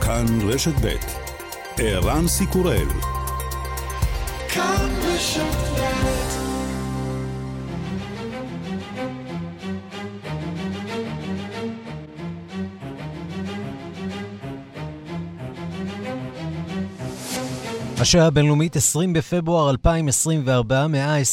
כאן רשת ב' ערן סיקורל. כאן רשת ב'. השעה הבינלאומית 20 בפברואר 2024,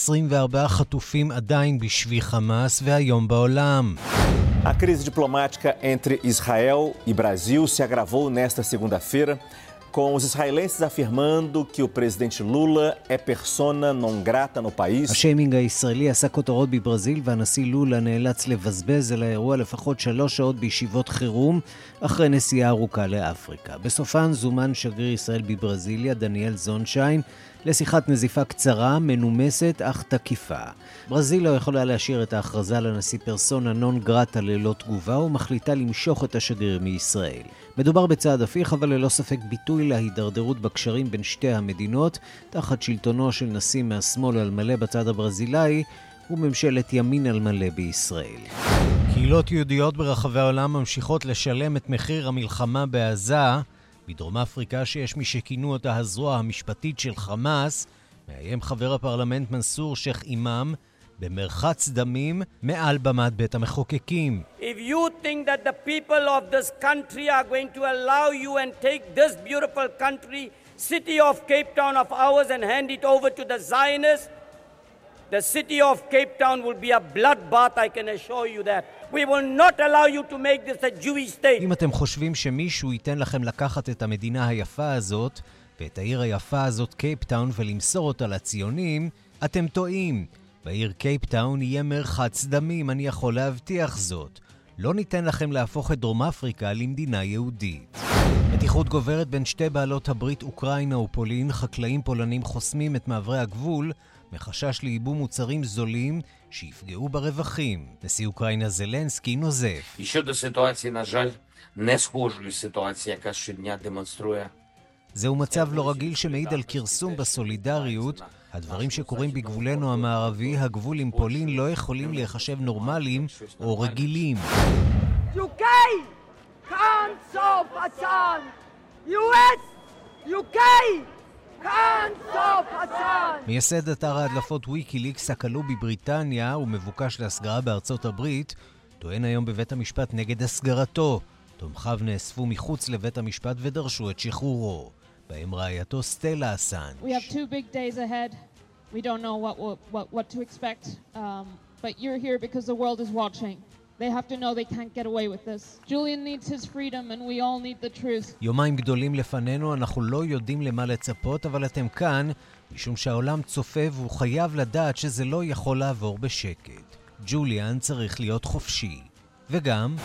124 חטופים עדיין בשבי חמאס והיום בעולם. A crise diplomática entre Israel e Brasil se agravou nesta segunda-feira, com os israelenses afirmando que o presidente Lula é persona non grata no país. השיימינג הישראלי עשה כותרות בברזיל, והנשיא לולה נאלץ לבזבז על האירוע לפחות 3 שעות בישיבות חירום אחרי נסיעה ארוכה לאפריקה. בסופן זומן שגריר ישראל בברזיליה, דניאל זונשיין, לשיחת נזיפה קצרה, מנומסת אך תקיפה. ברזיל לא יכולה להשאיר את ההכרזה לנשיא פרסונה נון גרטה ללא תגובה, ומחליטה למשוך את השגריר מישראל. מדובר בצעד הפיך, אבל ללא ספק ביטוי להידרדרות בקשרים בין שתי המדינות, תחת שלטונו של נשיא מהשמאל על מלא בצד הברזילאי, וממשלת ימין על מלא בישראל. קהילות יהודיות ברחבי העולם ממשיכות לשלם את מחיר המלחמה בעזה. בדרום אפריקה, שיש מי שכינו אותה הזרוע המשפטית של חמאס, מאיים חבר הפרלמנט מנסור שייח אימאם במרחץ דמים מעל במת בית המחוקקים. If you think that the people of this country are going to allow you and take this beautiful country, city of Cape Town of ours, and hand it over to the Zionists, the city of Cape Town will be a bloodbath, I can assure you that. We will not allow you to make this a Jewish state. אם אתם חושבים שמישהו ייתן לכם לקחת את המדינה היפה הזאת, ואת העיר היפה הזאת קייפ טאון, ולמסור אותה לציונים, אתם טועים. בעיר קייפ טאון יהיה מרחץ דמים, אני יכול להבטיח זאת. לא ניתן לכם להפוך את דרום אפריקה למדינה יהודית. מתיחות גוברת בין שתי בעלות הברית, אוקראינה ופולין. חקלאים פולנים חוסמים את מעברי הגבול, מחשש לייבוא מוצרים זולים שיפגעו ברווחים. נשיא אוקראינה זלנסקי נוזף. Щодо ситуації, на жаль, не схожої ситуації, яка щодня демонструє. זהו מצב לא רגיל שמעיד על כרסום בסולידריות. הדברים שקורים בגבולנו המערבי, הגבול עם פולין, לא יכולים להיחשב נורמליים או רגילים. UK can't solve Hassan. US, UK can't solve Hassan. מייסד אתר ההדלפות ויקיליקס הכלוא בבריטניה ומבוקש להסגרה בארצות הברית, טוען היום בבית המשפט נגד הסגרתו. תומכיו נאספו מחוץ לבית המשפט ודרשו את שחרורו. בהם רעייתו סטלה אסנג'. We have 2 big days ahead. We don't know what to expect, but you're here because the world is watching. They have to know they can't get away with this. Julian needs his freedom and we all need the truth. יומיים גדולים לפנינו, אנחנו לא יודעים למה לצפות, אבל אתם כאן, משום שהעולם צופה והוא חייב לדעת שזה לא יכול לעבור בשקט. ג'וליאן צריך להיות חופשי. וגם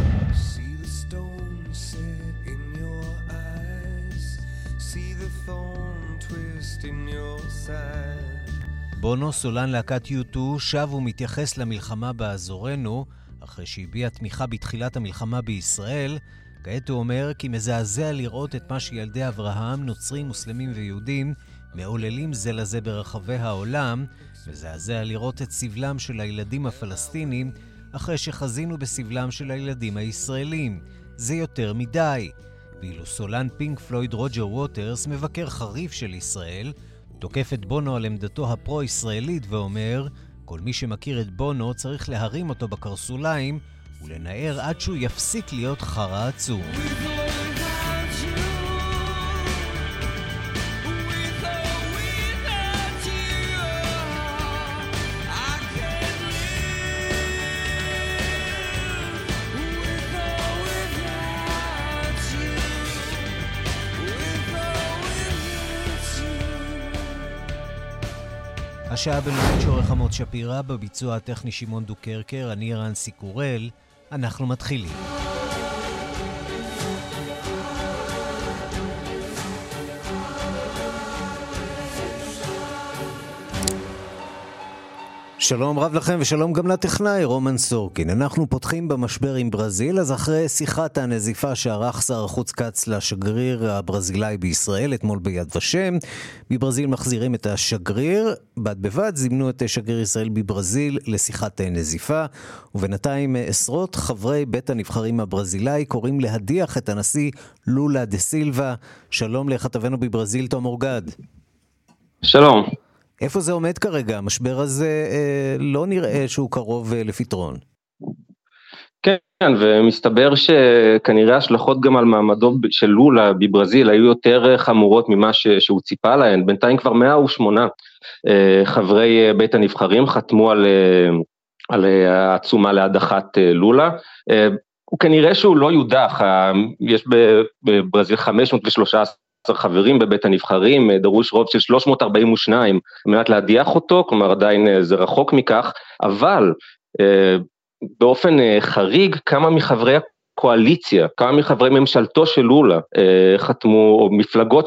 בונו, סולן להקת U2, שב ומתייחס למלחמה באזורנו, אחרי שהביע תמיכה בתחילת המלחמה בישראל. כעת הוא אומר כי מזעזע לראות את מה שילדי אברהם, נוצרים, מוסלמים ויהודים, מעוללים זה לזה ברחבי העולם. מזעזע לראות את סבלם של הילדים הפלסטינים, אחרי שחזינו בסבלם של הילדים הישראלים. זה יותר מדי. ואילו סולן פינק פלויד רוג'ר ווטרס, מבקר חריף של ישראל, תוקף את בונו על עמדתו הפרו-ישראלית ואומר, כל מי שמכיר את בונו צריך להרים אותו בקרסוליים ולנער עד שהוא יפסיק להיות חרא עצום. השעה בינלאומית שעורך עמוד שפירא, בביצוע הטכני שמעון דוקרקר, אני ערן סיקורל. אנחנו מתחילים. שלום רב לכם ושלום גם לטכנאי רומן סורקין. אנחנו פותחים במשבר עם ברזיל, אז אחרי שיחת הנזיפה שערך שר החוץ קץ לשגריר הברזילאי בישראל אתמול ביד ושם, בברזיל מחזירים את השגריר, בד בבד זימנו את שגריר ישראל בברזיל לשיחת נזיפה, ובינתיים עשרות חברי בית הנבחרים הברזילאי קוראים להדיח את הנשיא לולה דה סילבה. שלום לכתבנו בברזיל תום אורגד. שלום. איפה זה עומד כרגע? המשבר הזה לא נראה שהוא קרוב לפתרון. כן, ומסתבר שכנראה השלכות גם על מעמדו של לולה בברזיל היו יותר חמורות ממה שהוא ציפה להן. בינתיים כבר 108 חברי בית הנבחרים חתמו על העצומה להדחת לולה. כנראה שהוא לא יודח, יש בברזיל 513 חברים בבית הנבחרים, דרוש רוב של 342 על מנת להדיח אותו, כלומר עדיין זה רחוק מכך, אבל באופן חריג כמה מחברי הקואליציה, כמה מחברי ממשלתו של לולה חתמו, או מפלגות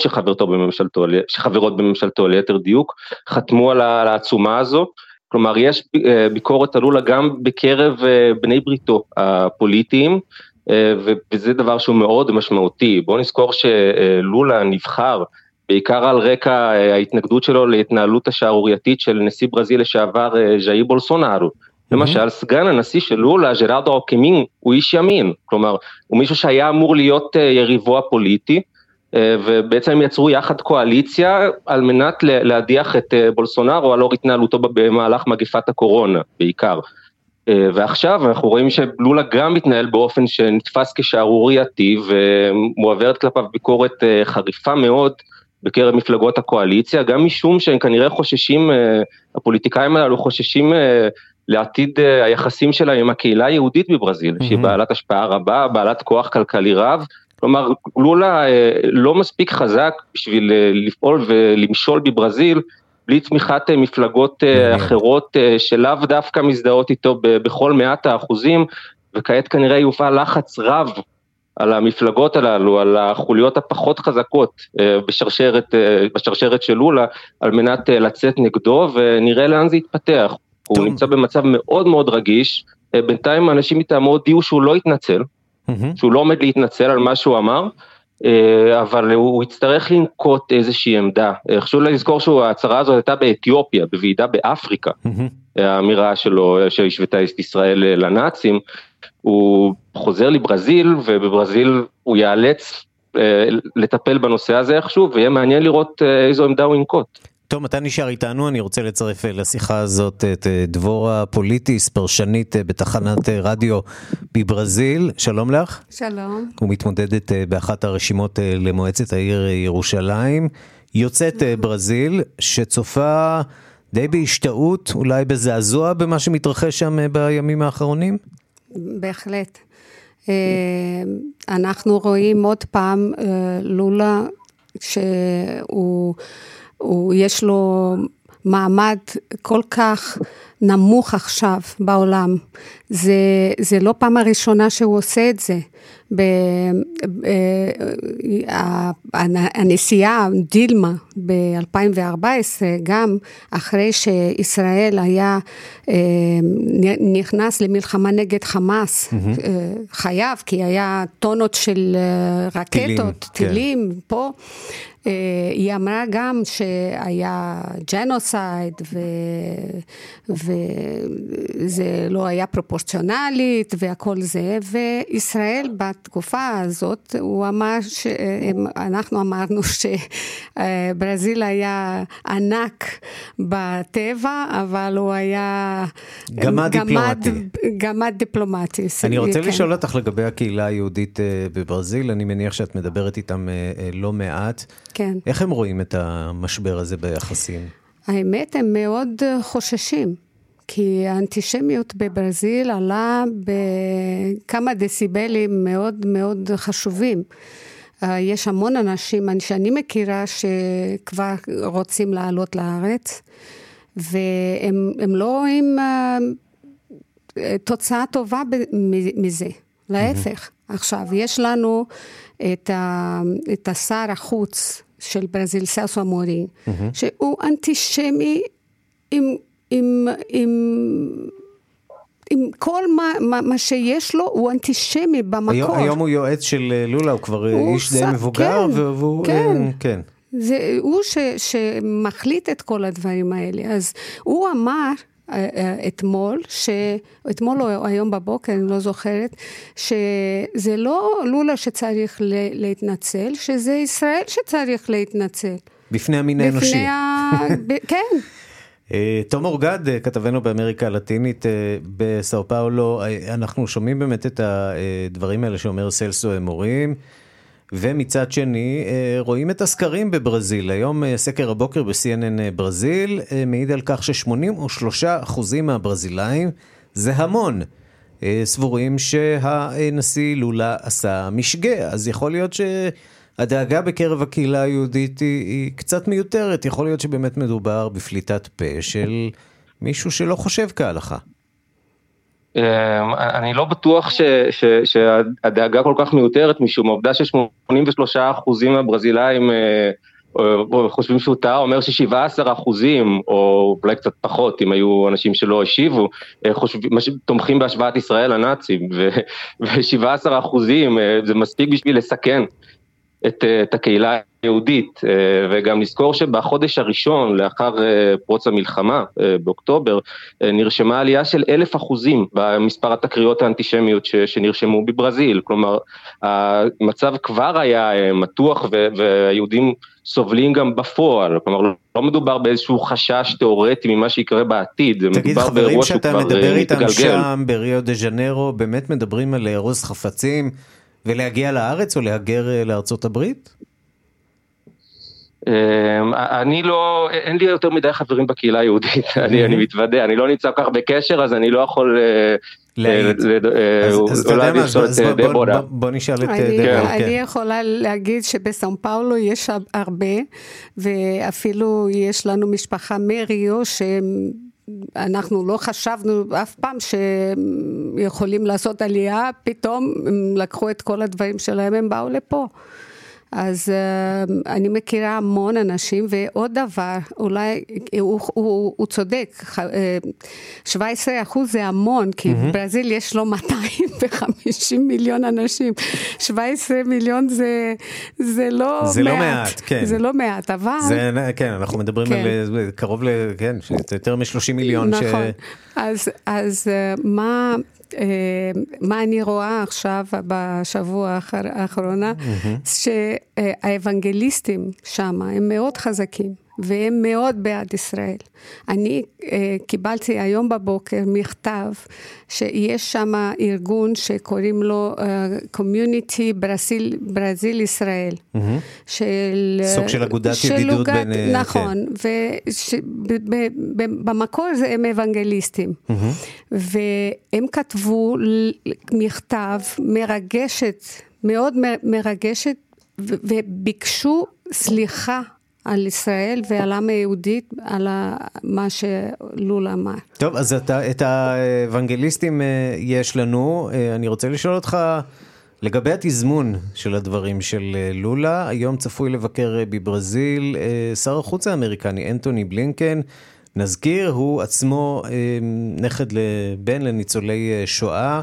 שחברות בממשלתו ליתר דיוק, חתמו על העצומה הזו. כלומר יש ביקורת על לולה גם בקרב בני בריתו הפוליטיים, וזה דבר שהוא מאוד משמעותי. בואו נזכור שלולה נבחר בעיקר על רקע ההתנגדות שלו להתנהלות השערורייתית של נשיא ברזיל לשעבר ז'איר בולסונארו. למשל, סגן הנשיא של לולה, ג'רארדו אוקמין, הוא איש ימין, כלומר, הוא מישהו שהיה אמור להיות יריבו הפוליטי, ובעצם הם יצרו יחד קואליציה על מנת להדיח את בולסונארו על אור התנהלותו במהלך מגפת הקורונה בעיקר. ועכשיו אנחנו רואים שלולה גם מתנהל באופן שנתפס כשערורייתי, ומועברת כלפיו ביקורת חריפה מאוד בקרב מפלגות הקואליציה, גם משום שהם כנראה חוששים, הפוליטיקאים הללו חוששים לעתיד היחסים שלהם עם הקהילה היהודית בברזיל, שהיא בעלת השפעה רבה, בעלת כוח כלכלי רב. כלומר, לולה לא מספיק חזק בשביל לפעול ולמשול בברזיל, בלי תמיכת מפלגות אחרות שלאו דווקא מזדהות איתו בכל 100%, וכעת כנראה יופעל לחץ רב על המפלגות הללו, על החוליות הפחות חזקות בשרשרת של לולה, על מנת לצאת נגדו, ונראה לאן זה יתפתח. הוא נמצא במצב מאוד מאוד רגיש, בינתיים האנשים מטעמו הודיעו שהוא לא יתנצל, שהוא לא עומד להתנצל על מה שהוא אמר, אבל הוא יצטרך לנקוט איזושהי עמדה. חשוב לזכור שההצהרה הזו הייתה באתיופיה, בוועידה באפריקה, האמירה שלו שהשוותה את ישראל לנאצים. הוא חוזר לברזיל, ובברזיל הוא יאלץ לטפל בנושא הזה איכשהו, ויהיה מעניין לראות איזו עמדה הוא ינקוט. טוב, אתה נשאר איתנו, אני רוצה לצרף לשיחה הזאת את דבורה פוליטיס, פרשנית בתחנת רדיו בברזיל. שלום לך. שלום. ומתמודדת באחת הרשימות למועצת העיר ירושלים. יוצאת ברזיל שצופה די בהשתאות, אולי בזעזוע במה שמתרחש שם בימים האחרונים? בהחלט. אנחנו רואים עוד פעם לולה יש לו מעמד כל כך נמוך עכשיו בעולם. זה לא פעם הראשונה שהוא עושה את זה. הנשיאה דילמה ב-2014, גם אחרי שישראל היה נכנס למלחמה נגד חמאס, חייב, כי היה טונות של רקטות, טילים פה, היא אמרה גם שהיה ג'נוסייד וזה לא היה פרופורציונלית והכל זה, וישראל בתקופה הזאת הוא אמר אנחנו אמרנו שברזיל היה ענק בטבע, אבל הוא היה גמד דיפלומטי. אני רוצה לשאול אותך לגבי הקהילה היהודית בברזיל, אני מניח שאת מדברת איתם לא מעט. כן. איך הם רואים את המשבר הזה ביחסים? האמת, הם מאוד חוששים, כי האנטישמיות בברזיל עלה בכמה דסיבלים מאוד מאוד חשובים. יש המון אנשים שאני מכירה שכבר רוצים לעלות לארץ, והם לא רואים תוצאה טובה מזה. להפך. עכשיו, יש לנו את השר החוץ של ברזיל, סלסו אמורי, שהוא אנטישמי עם כל מה שיש לו, הוא אנטישמי במקור. היום הוא יועץ של לולה, הוא כבר איש די מבוגר, והוא... כן. זה הוא שמחליט את כל הדברים האלה. אז הוא אמר אתמול או היום בבוקר, אני לא זוכרת, שזה לא לולה שצריך להתנצל, שזה ישראל שצריך להתנצל. בפני המין האנושי. כן. תום אורגד, כתבנו באמריקה הלטינית בסאו פאולו, אנחנו שומעים באמת את הדברים האלה שאומר סלסו אמורים, ומצד שני רואים את הסקרים בברזיל. היום סקר הבוקר ב-CNN ברזיל מעיד על כך ש83% מהברזילאים זה המון. סבורים שהנשיא לולה עשה משגה, אז יכול להיות שהדאגה בקרב הקהילה היהודית היא קצת מיותרת, יכול להיות שבאמת מדובר בפליטת פה של מישהו שלא חושב כהלכה. אני לא בטוח שהדאגה כל כך מיותרת, משום העובדה ש83% מהברזילאים חושבים שהוא טעה, אומר ש17%, או אולי קצת פחות, אם היו אנשים שלא השיבו, תומכים בהשוואת ישראל לנאצים, ו17% זה מספיק בשביל לסכן את הקהילה היהודית, וגם נזכור שבחודש הראשון לאחר פרוץ המלחמה באוקטובר נרשמה עלייה של 1,000% במספר התקריות האנטישמיות שנרשמו בברזיל. כלומר המצב כבר היה מתוח והיהודים סובלים גם בפועל, כלומר לא מדובר באיזשהו חשש תיאורטי ממה שיקרה בעתיד. תגיד, חברים, שאתה מדבר איתם שם בריו דה ז'נרו, באמת מדברים על לארוז חפצים ולהגיע לארץ או להגר לארצות הברית? אני לא, אין לי יותר מדי חברים בקהילה היהודית, אני מתוודא, אני לא נמצא כך בקשר, אז אני לא יכול להעיד. אז אתה יודע מה, בוא נשאל את דבורה. אני יכולה להגיד שבסאו פאולו יש הרבה, ואפילו יש לנו משפחה מריו אנחנו לא חשבנו אף פעם שיכולים לעשות עלייה, פתאום הם לקחו את כל הדברים שלהם, הם באו לפה. אז אני מכירה המון אנשים, ועוד דבר, אולי הוא צודק, 17% זה המון, כי ברזיל יש לו 250 מיליון אנשים, 17 מיליון זה לא מעט, כן. זה לא מעט, אבל... כן, אנחנו מדברים על קרוב כן, יותר מ-30 מיליון. נכון, אז מה אני רואה עכשיו בשבוע האחרונה, שהאבנגליסטים שם הם מאוד חזקים, והם מאוד בעד ישראל. אני קיבלתי היום בבוקר מכתב שיש שם ארגון שקוראים לו Community ברזיל ישראל. סוג של אגודת ידידות בין... נכון, ובמקור הם אבנגליסטים. והם כתבו מכתב מרגשת, מאוד מרגשת, וביקשו סליחה על ישראל ועל העם היהודית, על מה שלולה אמר. טוב, אז את האבנגליסטים יש לנו. אני רוצה לשאול אותך לגבי התזמון של הדברים של לולה. היום צפוי לבקר בברזיל שר החוץ האמריקני אנטוני בלינקן. נזכיר, הוא עצמו נכד לבן לניצולי שואה.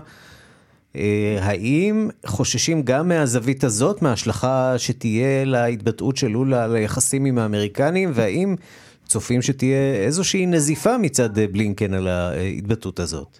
האם חוששים גם מהזווית הזאת, מההשלכה שתהיה להתבטאות של לולה על היחסים עם האמריקנים, והאם צופים שתהיה איזושהי נזיפה מצד בלינקן על ההתבטאות הזאת?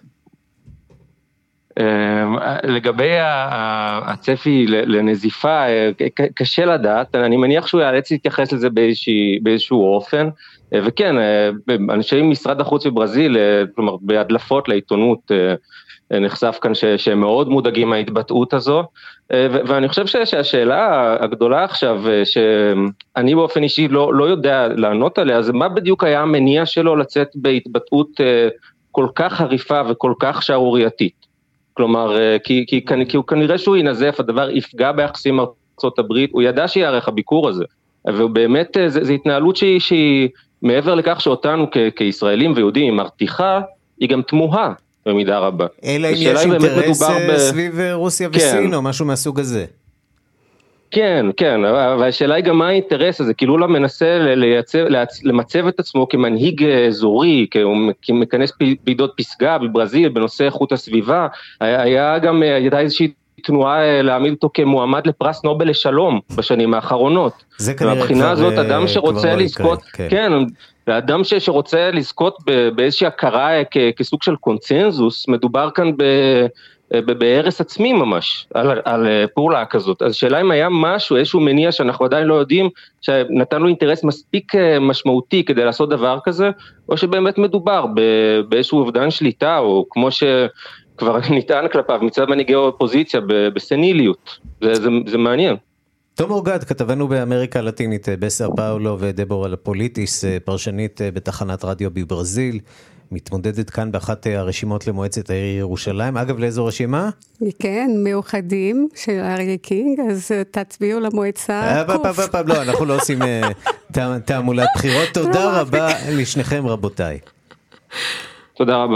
לגבי הצפי לנזיפה, קשה לדעת, אני מניח שהוא יאלץ להתייחס לזה באיזשהו אופן, וכן, אנשי משרד החוץ בברזיל, כלומר בהדלפות לעיתונות, נחשף כאן שהם מאוד מודאגים מההתבטאות הזו, ואני חושב שהשאלה הגדולה עכשיו, שאני באופן אישי לא יודע לענות עליה, זה מה בדיוק היה המניע שלו לצאת בהתבטאות כל כך חריפה וכל כך שערורייתית. כלומר, כי הוא כנראה שהוא ינזף, הדבר יפגע ביחסים ארצות הברית, הוא ידע שיערך הביקור הזה, ובאמת זו התנהלות שהיא מעבר לכך שאותנו כישראלים ויהודים היא מרתיחה, היא גם תמוהה. במידה רבה. אלא אם יש אינטרס סביב רוסיה וסין או משהו מהסוג הזה. כן, כן, אבל השאלה היא גם מה האינטרס הזה, כי לולה מנסה למצב את עצמו כמנהיג אזורי, כמכנס ועידות פסגה בברזיל בנושא איכות הסביבה, הייתה איזושהי תנועה להעמיד אותו כמועמד לפרס נובל לשלום בשנים האחרונות. זה כנראה מהבחינה הזאת, אדם שרוצה לזכות, כן, ואדם שרוצה לזכות באיזושהי הכרה כסוג של קונצנזוס, מדובר כאן בהרס עצמי ממש, על פעולה כזאת. אז שאלה אם היה משהו, איזשהו מניע שאנחנו עדיין לא יודעים, שנתן לו אינטרס מספיק משמעותי כדי לעשות דבר כזה, או שבאמת מדובר באיזשהו אובדן שליטה, או כמו שכבר נטען כלפיו מצד מנהיגי האופוזיציה, בסניליות. זה מעניין. תום אורגד, כתבנו באמריקה הלטינית בסאו פאולו ודבורה לפוליטיס, פרשנית בתחנת רדיו בברזיל, מתמודדת כאן באחת הרשימות למועצת העיר ירושלים. אגב, לאיזו רשימה? כן, מאוחדים של אריה קינג, אז תצביעו למועצה. לא, אנחנו לא עושים תעמולת בחירות. תודה רבה לשניכם, רבותיי. תודה רבה.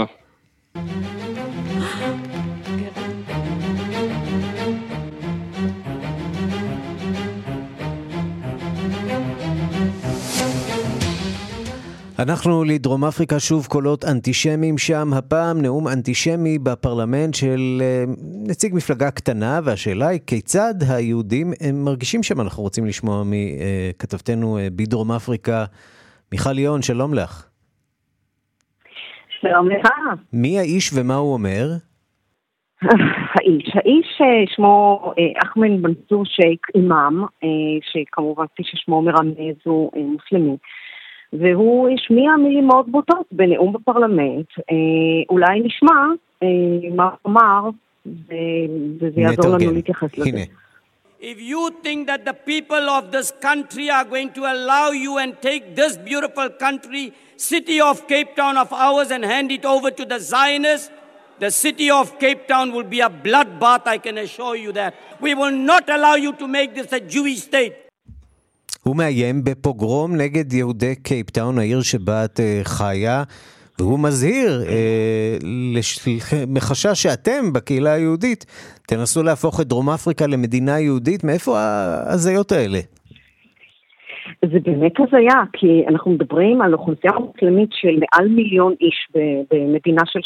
אנחנו לדרום אפריקה, שוב קולות אנטישמיים שם, הפעם נאום אנטישמי בפרלמנט של נציג מפלגה קטנה, והשאלה היא כיצד היהודים הם מרגישים שם. אנחנו רוצים לשמוע מכתבתנו בדרום אפריקה, מיכל ליאון, שלום לך. שלום לך. מי האיש ומה הוא אומר? האיש שמו אחמד מנסור שייק אימאם, שכמובן כפי ששמו מרמז הוא מוסלמי. והוא השמיע מילים מאוד בוטות בנאום בפרלמנט. אולי נשמע מה אמר, וזה יעזור לנו להתייחס לזה. If you think that the people of this country are going to allow you and take this beautiful country, city of Cape Town of ours, and hand it over to the Zionists, the city of Cape Town will be a bloodbath, I can assure you that. We will not allow you to make this a Jewish state. הוא מאיים בפוגרום נגד יהודי קייפטאון, העיר שבה את חיה, והוא מזהיר מחשש שאתם בקהילה היהודית תנסו להפוך את דרום אפריקה למדינה יהודית. מאיפה ההזיות האלה? זה באמת הזיה, כי אנחנו מדברים על אוכלוסייה מוסלמית של מעל מיליון איש במדינה של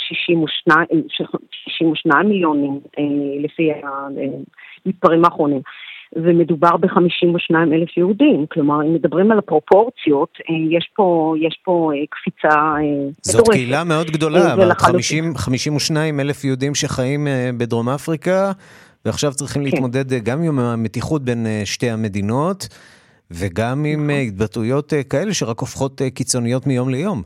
62 מיליונים לפי המספרים האחרונים. ומדובר ב-52,000 יהודים, כלומר, אם מדברים על הפרופורציות, יש פה קפיצה זאת קהילה מאוד גדולה, 52,000 יהודים שחיים בדרום אפריקה, ועכשיו צריכים להתמודד גם עם המתיחות בין שתי המדינות, וגם עם התבטאויות כאלה שרק הופכות קיצוניות מיום ליום.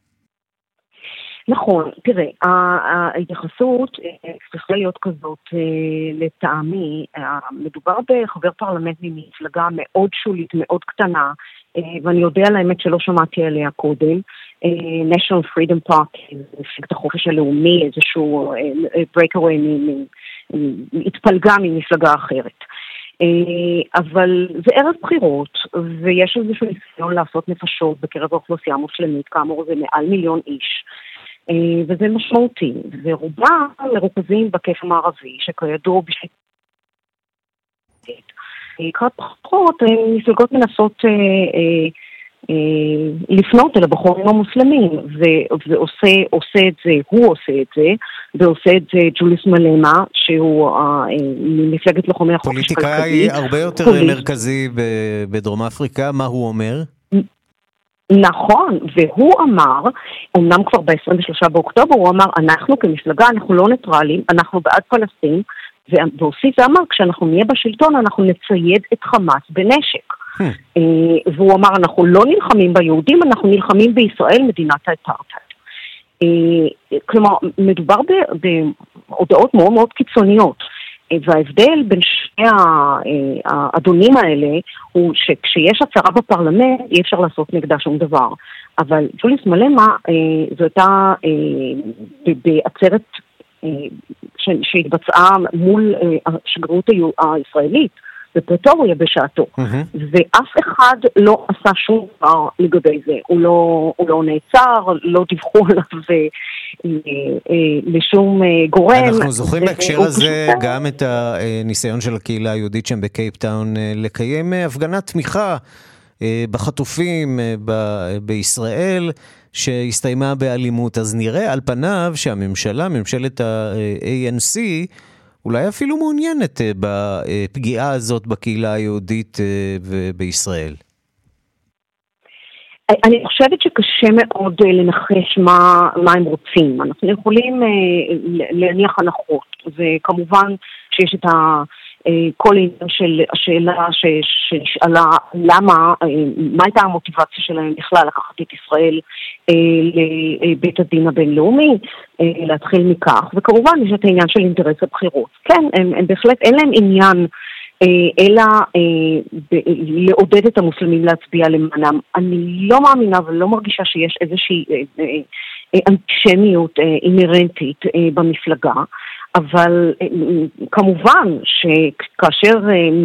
נכון, תראה, ההתייחסות צריכה להיות כזאת לטעמי, מדובר בחבר פרלמנט ממפלגה מאוד שולית, מאוד קטנה, ואני יודע על האמת שלא שמעתי עליה קודם, National Freedom Party, מפלגת החופש הלאומי, איזשהו breakaway, התפלגה ממפלגה אחרת. אבל זה ערב בחירות, ויש איזשהו ניסיון לעשות נפשות בקרב האוכלוסייה המוסלמית, כאמור זה מעל מיליון איש, וזה משמעותי, ורובם מרוכזים בכיף המערבי, שכידוע לקראת בחירות, מפלגות מנסות לפנות אל הבחורים המוסלמים, ועושה את זה, הוא עושה את זה, ועושה את זה ג'וליס מלמה, שהוא מפלגת לוחמי החופש הכלכלי. פוליטיקאי הרבה יותר מרכזי בדרום אפריקה, מה הוא אומר? נכון, והוא אמר, אמנם כבר ב-23 באוקטובר, הוא אמר, אנחנו כמפלגה, אנחנו לא ניטרלים, אנחנו בעד פלסטין, והוסיף ואמר, כשאנחנו נהיה בשלטון, אנחנו נצייד את חמאס בנשק. והוא אמר, אנחנו לא נלחמים ביהודים, אנחנו נלחמים בישראל, מדינת האפרטהייד. כלומר, מדובר בהודעות מאוד מאוד קיצוניות, וההבדל בין שני האדונים האלה הוא שכשיש הצהרה בפרלמנט אי אפשר לעשות נגדה שום דבר, אבל ג'וליס מלמה זו הייתה בעצרת שהתבצעה מול השגרירות הישראלית בפרטוריה בשעתו. ואף אחד לא עשה שום דבר לגבי זה. הוא לא נעצר, לא דיווחו עליו לשום גורם. אנחנו זוכרים בהקשר הזה גם את הניסיון של הקהילה היהודית שם בקייפטאון לקיים הפגנת תמיכה בחטופים בישראל, שהסתיימה באלימות. אז נראה על פניו שהממשלה, ממשלת ה-ANC, אולי אפילו מעוניינת בפגיעה הזאת בקהילה היהודית בישראל. אני חושבת שקשה מאוד לנחש מה הם רוצים. אנחנו יכולים להניח הנחות, וכמובן שיש את כל העניין של השאלה שנשאלה למה, מה הייתה המוטיבציה שלהם בכלל לקחת את ישראל לבית הדין הבינלאומי, להתחיל מכך, וכמובן יש את העניין של אינטרס הבחירות. כן, הם בהחלט, אין להם עניין אלא לעודד את המוסלמים להצביע למענם. אני לא מאמינה ולא מרגישה שיש איזושהי אנטישמיות אינרנטית במפלגה, אבל כמובן שכאשר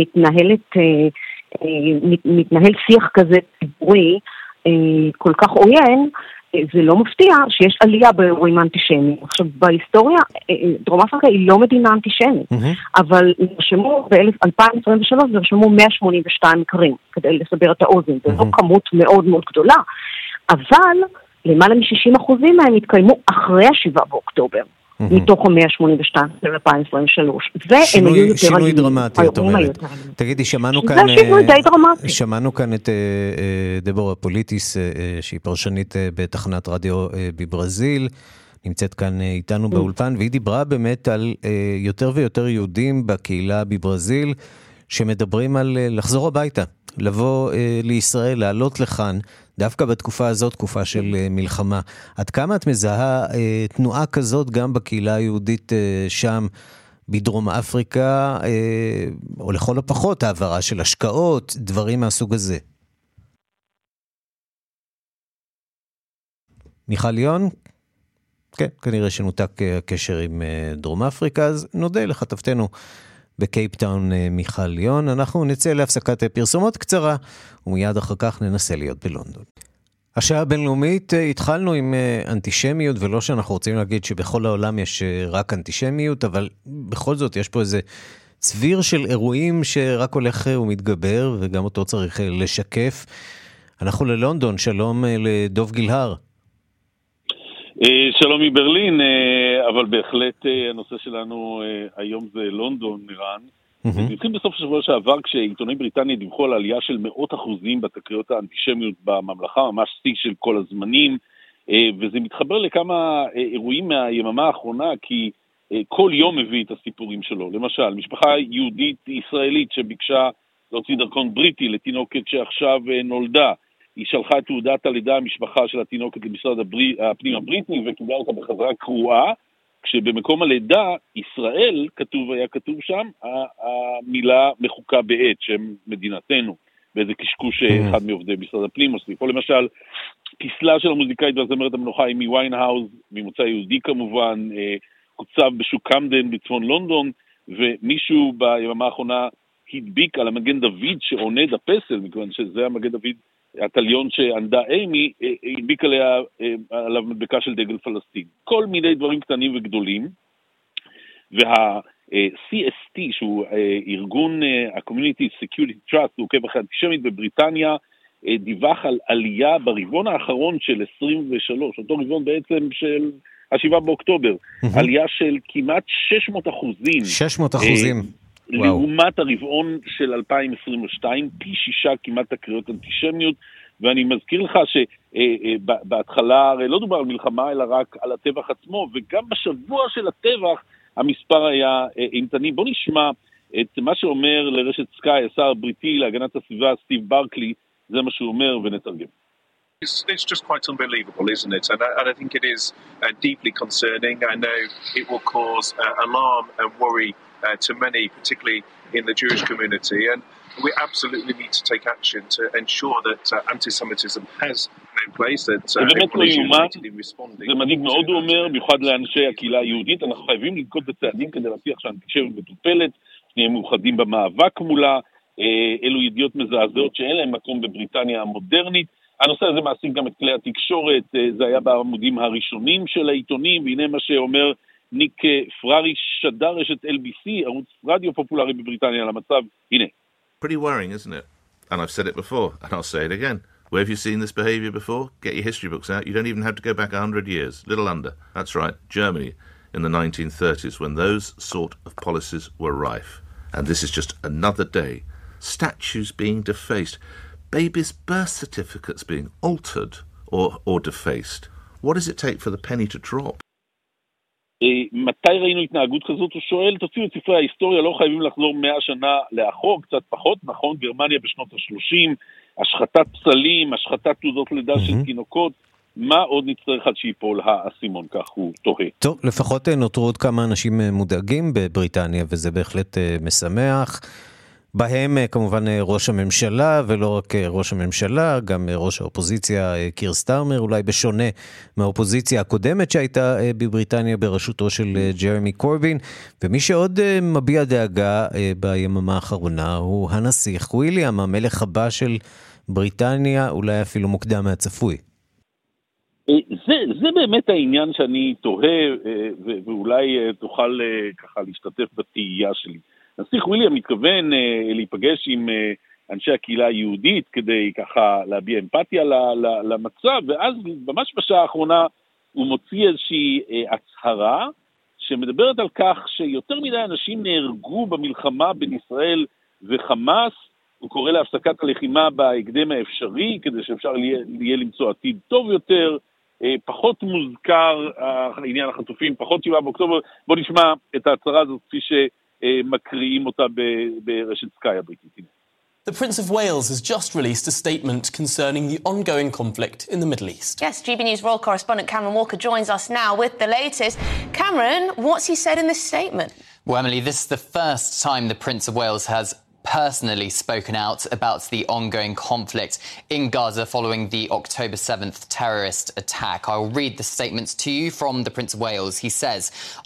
מתנהל שיח כזה ציבורי כל כך עוין, זה לא מפתיע שיש עלייה באירועים האנטישמיים. עכשיו, בהיסטוריה, דרום אפריקה היא לא מדינה אנטישמית, אבל נרשמו ב-2023 נרשמו 182 מקרים, כדי לסבר את האוזן. זו לא כמות מאוד מאוד גדולה, אבל למעלה מ-60% מהם התקיימו אחרי ה-7 באוקטובר. מתוך ה-182 של 2023. שינוי דרמטי, את אומרת. תגידי, שמענו כאן את דבורה פוליטיס, שהיא פרשנית בתחנת רדיו בברזיל, נמצאת כאן איתנו באולפן, והיא דיברה באמת על יותר ויותר יהודים בקהילה בברזיל, שמדברים על לחזור הביתה, לבוא לישראל, לעלות לכאן, דווקא בתקופה הזאת, תקופה של מלחמה. עד כמה את מזהה תנועה כזאת גם בקהילה היהודית שם בדרום אפריקה, או לכל הפחות העברה של השקעות, דברים מהסוג הזה? מיכל ליון? כן, כנראה שנותק הקשר עם דרום אפריקה, אז נודה לכתבתנו בקייפטאון מיכל ליון. אנחנו נצא להפסקת פרסומות קצרה, ומיד אחר כך ננסה להיות בלונדון. השעה הבינלאומית, התחלנו עם אנטישמיות, ולא שאנחנו רוצים להגיד שבכל העולם יש רק אנטישמיות, אבל בכל זאת יש פה איזה צביר של אירועים שרק הולך ומתגבר, וגם אותו צריך לשקף. אנחנו ללונדון, שלום לדוב גילהר. שלום מברלין, אבל בהחלט הנושא שלנו היום זה לונדון, נירן. נתחיל בסוף השבוע שעבר כשעיתוני בריטניה דיווחו על עלייה של 100% בתקריות האנטישמיות בממלכה, ממש שיא של כל הזמנים, וזה מתחבר לכמה אירועים מהיממה האחרונה, כי כל יום מביא את הסיפורים שלו. למשל, משפחה יהודית ישראלית שביקשה להוציא דרכון בריטי לתינוקת שעכשיו נולדה, היא שלחה את תעודת הלידה המשפחה של התינוקת למשרד הפנים הבריטי וקיבלה אותה בחזרה קרואה, כשבמקום הלידה ישראל היה כתוב שם המילה מחוקה בעת שהם מדינתנו, באיזה קשקוש אחד מעובדי משרד הפנים או למשל פסלה של המוזיקאית והזמרת המנוחה אימי ויינהאוז ממוצא יהודי כמובן, הוצב בשוק קמדן בצפון לונדון, ומישהו ביממה האחרונה הדביק על המגן דוד שעונד הפסל, מכיוון שזה המגן דוד הטליון שענדה אימי, הדביק עליו מדבקה של דגל פלסטין. כל מיני דברים קטנים וגדולים, וה-CST, שהוא ארגון ה-Community Security Trust, הוא עוקב אחרי אנטישמית בבריטניה, דיווח על עלייה ברבעון האחרון של 23, אותו רבעון בעצם של ה-7 באוקטובר, עלייה של כמעט 600%. לעומת הרבעון של 2022, פי 6 כמעט תקריות אנטישמיות, ואני מזכיר לך שבהתחלה הרי לא דובר על מלחמה, אלא רק על הטבח עצמו, וגם בשבוע של הטבח המספר היה אימתני. בוא נשמע את מה שאומר לרשת סקאי, השר הבריטי להגנת הסביבה סטיב ברקלי, זה מה שהוא אומר ונתרגם. It's just quite unbelievable, isn't it? And I think it is deeply concerning. I know it will cause alarm and worry to many, particularly in the Jewish community. And we absolutely need to take action to ensure that anti-Semitism has no place, that everyone is united in responding. זה מדאיג מאוד, הוא אומר, במיוחד לאנשי הקהילה היהודית. אנחנו חייבים לנקוט בצעדים כדי להבטיח שהאנטישמיות מטופלת, נהיה מאוחדים במאבק מולה, אלו ידיעות מזעזעות שאין להם מקום בבריטניה המודרנית. הנושא הזה מעסיק גם את כלי התקשורת, זה היה בעמודים הראשונים של העיתונים, והנה מה שאומר ניק פרארי, שדר רשת LBC, ערוץ רדיו פופולרי בבריטניה, על המצב, הנה. Pretty worrying, isn't it? And I've said it before, and I'll say it again. Where have you seen this behavior before? Get your history books out. You don't even have to go back 100 years, little under. That's right, Germany in the 1930s, when those sort of policies were rife. And this is just another day. Statues being defaced. Babies' birth certificates being altered or defaced. What does it take for the penny to drop? מתי ראינו התנהגות כזאת? הוא שואל, תוציאו את ספרי ההיסטוריה, לא חייבים לחזור 100 שנה לאחור, קצת פחות, נכון, גרמניה בשנות ה-30, השחתת פסלים, השחתת תעודות לידה של תינוקות, מה עוד נצטרך עד שיפול האסימון, כך הוא תוהה. טוב, לפחות נותרו עוד כמה אנשים מודאגים בבריטניה, וזה בהחלט משמח. בהם כמובן ראש הממשלה, ולא רק ראש הממשלה, גם ראש האופוזיציה קיר סטארמר, אולי בשונה מהאופוזיציה הקודמת שהייתה בבריטניה בראשותו של ג'רמי קורבין, ומי שעוד מביע דאגה ביממה האחרונה הוא הנסיך וויליאם, המלך הבא של בריטניה, אולי אפילו מוקדם מהצפוי. זה באמת העניין שאני תוהה, ואולי תוכל ככה להשתתף בתהייה שלי. הנסיך וויליאם מתכוון להיפגש עם אנשי הקהילה היהודית כדי ככה להביע אמפתיה למצב, ואז ממש בשעה האחרונה הוא מוציא איזושהי הצהרה שמדברת על כך שיותר מדי אנשים נהרגו במלחמה בין ישראל וחמאס. הוא קורא להפסקת הלחימה בהקדם האפשרי כדי שאפשר יהיה למצוא עתיד טוב יותר. פחות מוזכר העניין החטופים, פחות 7 באוקטובר. בוא נשמע את ההצהרה הזאת כפי מקריאים אותה ברשת סקאי הבריטית. The Prince of Wales has just released a statement concerning the ongoing conflict in the Middle East. Yes, GB News royal correspondent Cameron Walker joins us now with the latest. Cameron, what's he said in this statement? Well, Emily, this is the first time the Prince of Wales has personally spoken out about the ongoing conflict in Gaza following the October 7th terrorist attack. I'll read the statements to you from the Prince of Wales. He says,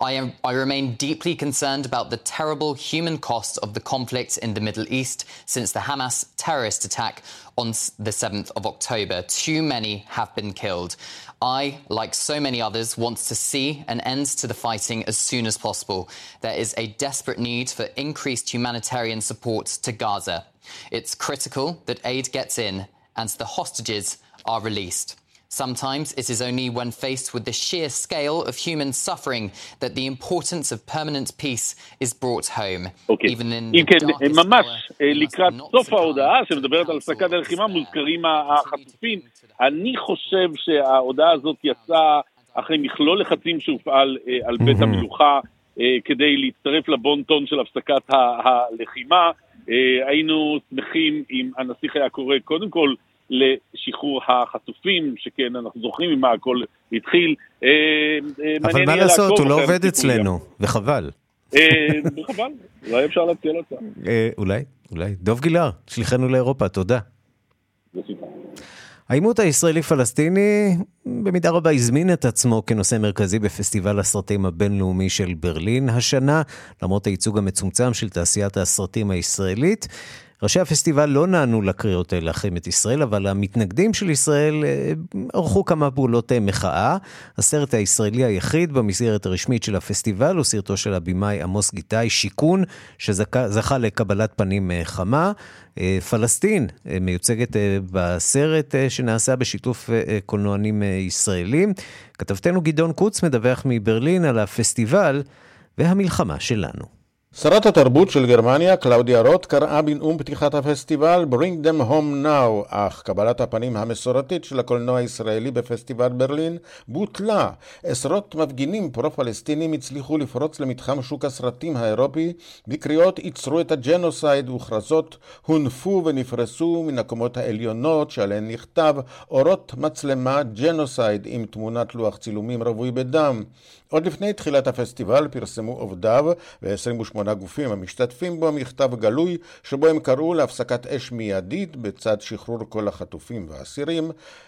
I remain deeply concerned about the terrible human cost of the conflict in the Middle East since the Hamas terrorist attack on the 7th of October. Too many have been killed. I, like so many others, want to see an end to the fighting as soon as possible. There is a desperate need for increased humanitarian support to Gaza. It's critical that aid gets in and the hostages are released. Sometimes it is only when faced with the sheer scale of human suffering that the importance of permanent peace is brought home. Even in the darkest ממש לקראת סוף ההודעה שמדברת על הפסקת הלחימה מוזכרים החטופים. אני חושב שההודעה הזאת יצאה אחרי מכלול לחצים שהופעל על בית המלוכה כדי להצטרף לבונטון של הפסקת הלחימה. היינו שמחים אם הנסיך היה קורא קודם כל לשחרור החטופים, שכן אנחנו זוכרים ממה הכל התחיל. אבל מה לעשות, הוא לא עובד אצלנו, וחבל. וחבל, אולי אפשר להציע לו אותה. אולי. דוב גילר, שליחנו לאירופה, תודה. העימות הישראלי-פלסטיני במידה רבה הזמין את עצמו כנושא מרכזי בפסטיבל הסרטים הבינלאומי של ברלין השנה, למרות הייצוג המצומצם של תעשיית הסרטים הישראלית. ראשי הפסטיבל לא נענו לקריאות להחרים את ישראל, אבל המתנגדים של ישראל ערכו כמה פעולות מחאה. הסרט הישראלי היחיד במסגרת הרשמית של הפסטיבל הוא סרטו של הבימאי עמוס גיטאי, שיכון, שזכה לקבלת פנים חמה. פלסטין מיוצגת בסרט שנעשה בשיתוף קולנוענים ישראלים. כתבתנו גדעון קוץ מדווח מברלין על הפסטיבל והמלחמה שלנו. שרת התרבות של גרמניה, קלאודיה רוט, קראה בנאום פתיחת הפסטיבל Bring them home now, אך קבלת הפנים המסורתית של הקולנוע הישראלי בפסטיבל ברלין בוטלה. עשרות מפגינים פרו-פלסטינים הצליחו לפרוץ למתחם שוק הסרטים האירופי בקריאות ייצרו את הג'נוסייד, וכרזות הונפו ונפרסו מן הקומות העליונות שעליהן נכתב אורות מצלמה ג'נוסייד עם תמונת לוח צילומים רווי בדם. עוד לפני תחילת הפסטיבל פרסמו עובדיו ו-28 גופים המשתתפים בו מכתב גלוי שבו הם קראו להפסקת אש מיידית בצד שחרור כל החטופים והאסירים.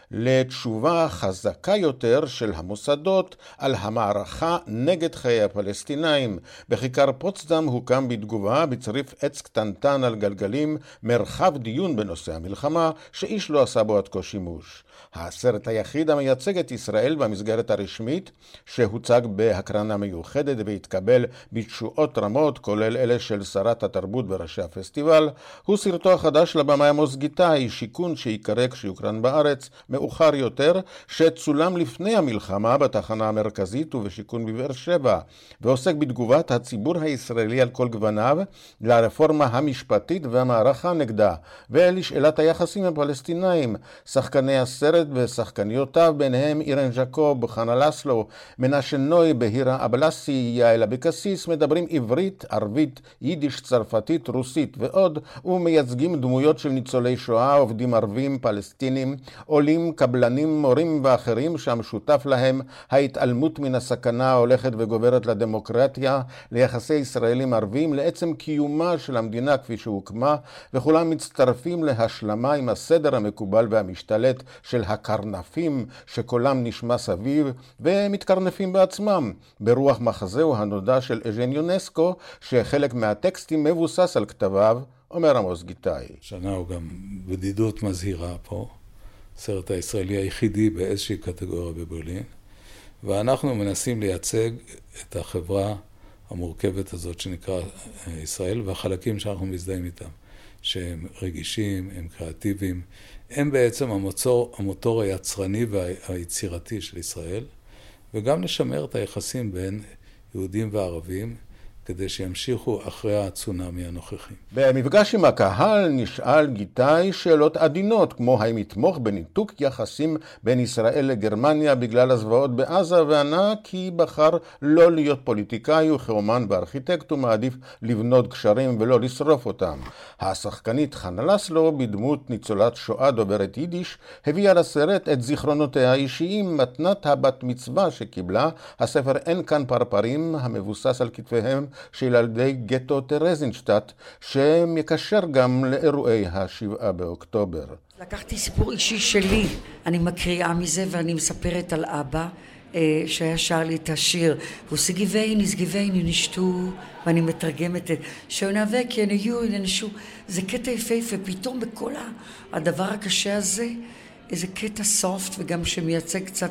לתשובה חזקה יותר של המוסדות על המערכה נגד חיי הפלסטינאים. בכיכר פוצדם הוקם בתגובה בצריף עץ קטנטן על גלגלים מרחב דיון בנושא המלחמה שאיש לא עשה בו עד כה שימוש. הסרט היחיד המייצג את ישראל במסגרת הרשמית שהוצג בהקרנה מיוחדת והתקבל בתשואות רמות כולל אלה של שרת התרבות וראשי הפסטיבל הוא סרטו החדש לבמאי עמוס גיטאי, שיכון שיקרא כשיוקרן בארץ מאוחר יותר, שצולם לפני המלחמה בתחנה המרכזית ובשיכון בבאר שבע, ועוסק בתגובת הציבור הישראלי על כל גווניו לרפורמה המשפטית והמערכה נגדה ולשאלת היחסים הפלסטינאים. שחקני הסרט ושחקניותיו ביניהם אירן ז'קוב, חנה לסלו, מנשה נוי, בהירה אבלסי, יעל אבקסיס מדברים עברית, ערבית, יידיש, צרפתית, רוסית ועוד, ומייצגים דמויות של ניצולי שואה, עובדים ערבים, פלסטינים, עולים, קבלנים, מורים ואחרים שהמשותף להם ההתעלמות מן הסכנה ההולכת וגוברת לדמוקרטיה, ליחסי ישראלים ערבים, לעצם קיומה של המדינה כפי שהוקמה, וכולם מצטרפים להשלמה עם הסדר המקובל והמשתלט של הקרנפים שקולם נשמע סביב ומתקרנפים בעצמם, ברוח מחזהו הנודע של אז'ן יונסקו שחלק מהטקסטים מבוסס על כתביו, אומר עמוס גיטאי. שנה הוא גם בדידות מזהירה פה, הסרט הישראלי היחידי באיזושהי קטגוריה בברלין, ואנחנו מנסים לייצג את החברה המורכבת הזאת שנקרא ישראל והחלקים שאנחנו מזדהים איתם, שהם רגישים, הם קריאטיביים, הם בעצם המוטור היצרני והיצירתי של ישראל, וגם לשמר את היחסים בין יהודים וערבים, כדי שימשיכו אחרי הצונאמי הנוכחי. במפגש עם הקהל נשאל גיטאי שאלות עדינות, כמו האם יתמוך בניתוק יחסים בין ישראל לגרמניה בגלל הזוועות בעזה, וענה כי בחר לא להיות פוליטיקאי וכאומן וארכיטקט ומעדיף לבנות קשרים ולא לשרוף אותם. השחקנית חנה לסלו, בדמות ניצולת שואה דוברת יידיש, הביאה לסרט את זיכרונותיה האישיים, מתנת הבת מצווה שקיבלה, הספר אין כאן פרפרים, המבוסס על כתפיהם של ילדי גטו טרזינשטט, שמקשר גם לאירועי ה7 באוקטובר. לקחתי סיפור אישי שלי, אני מקריאה מזה ואני מספרת על אבא שהיה שר לי את השיר, וסגיבייני נשתו, ואני מתרגמת את שעונאבק ינהיו ינשו. זה קטע יפהפה, פתאום בכל הדבר הקשה הזה, איזה קטע סופט וגם שמייצג קצת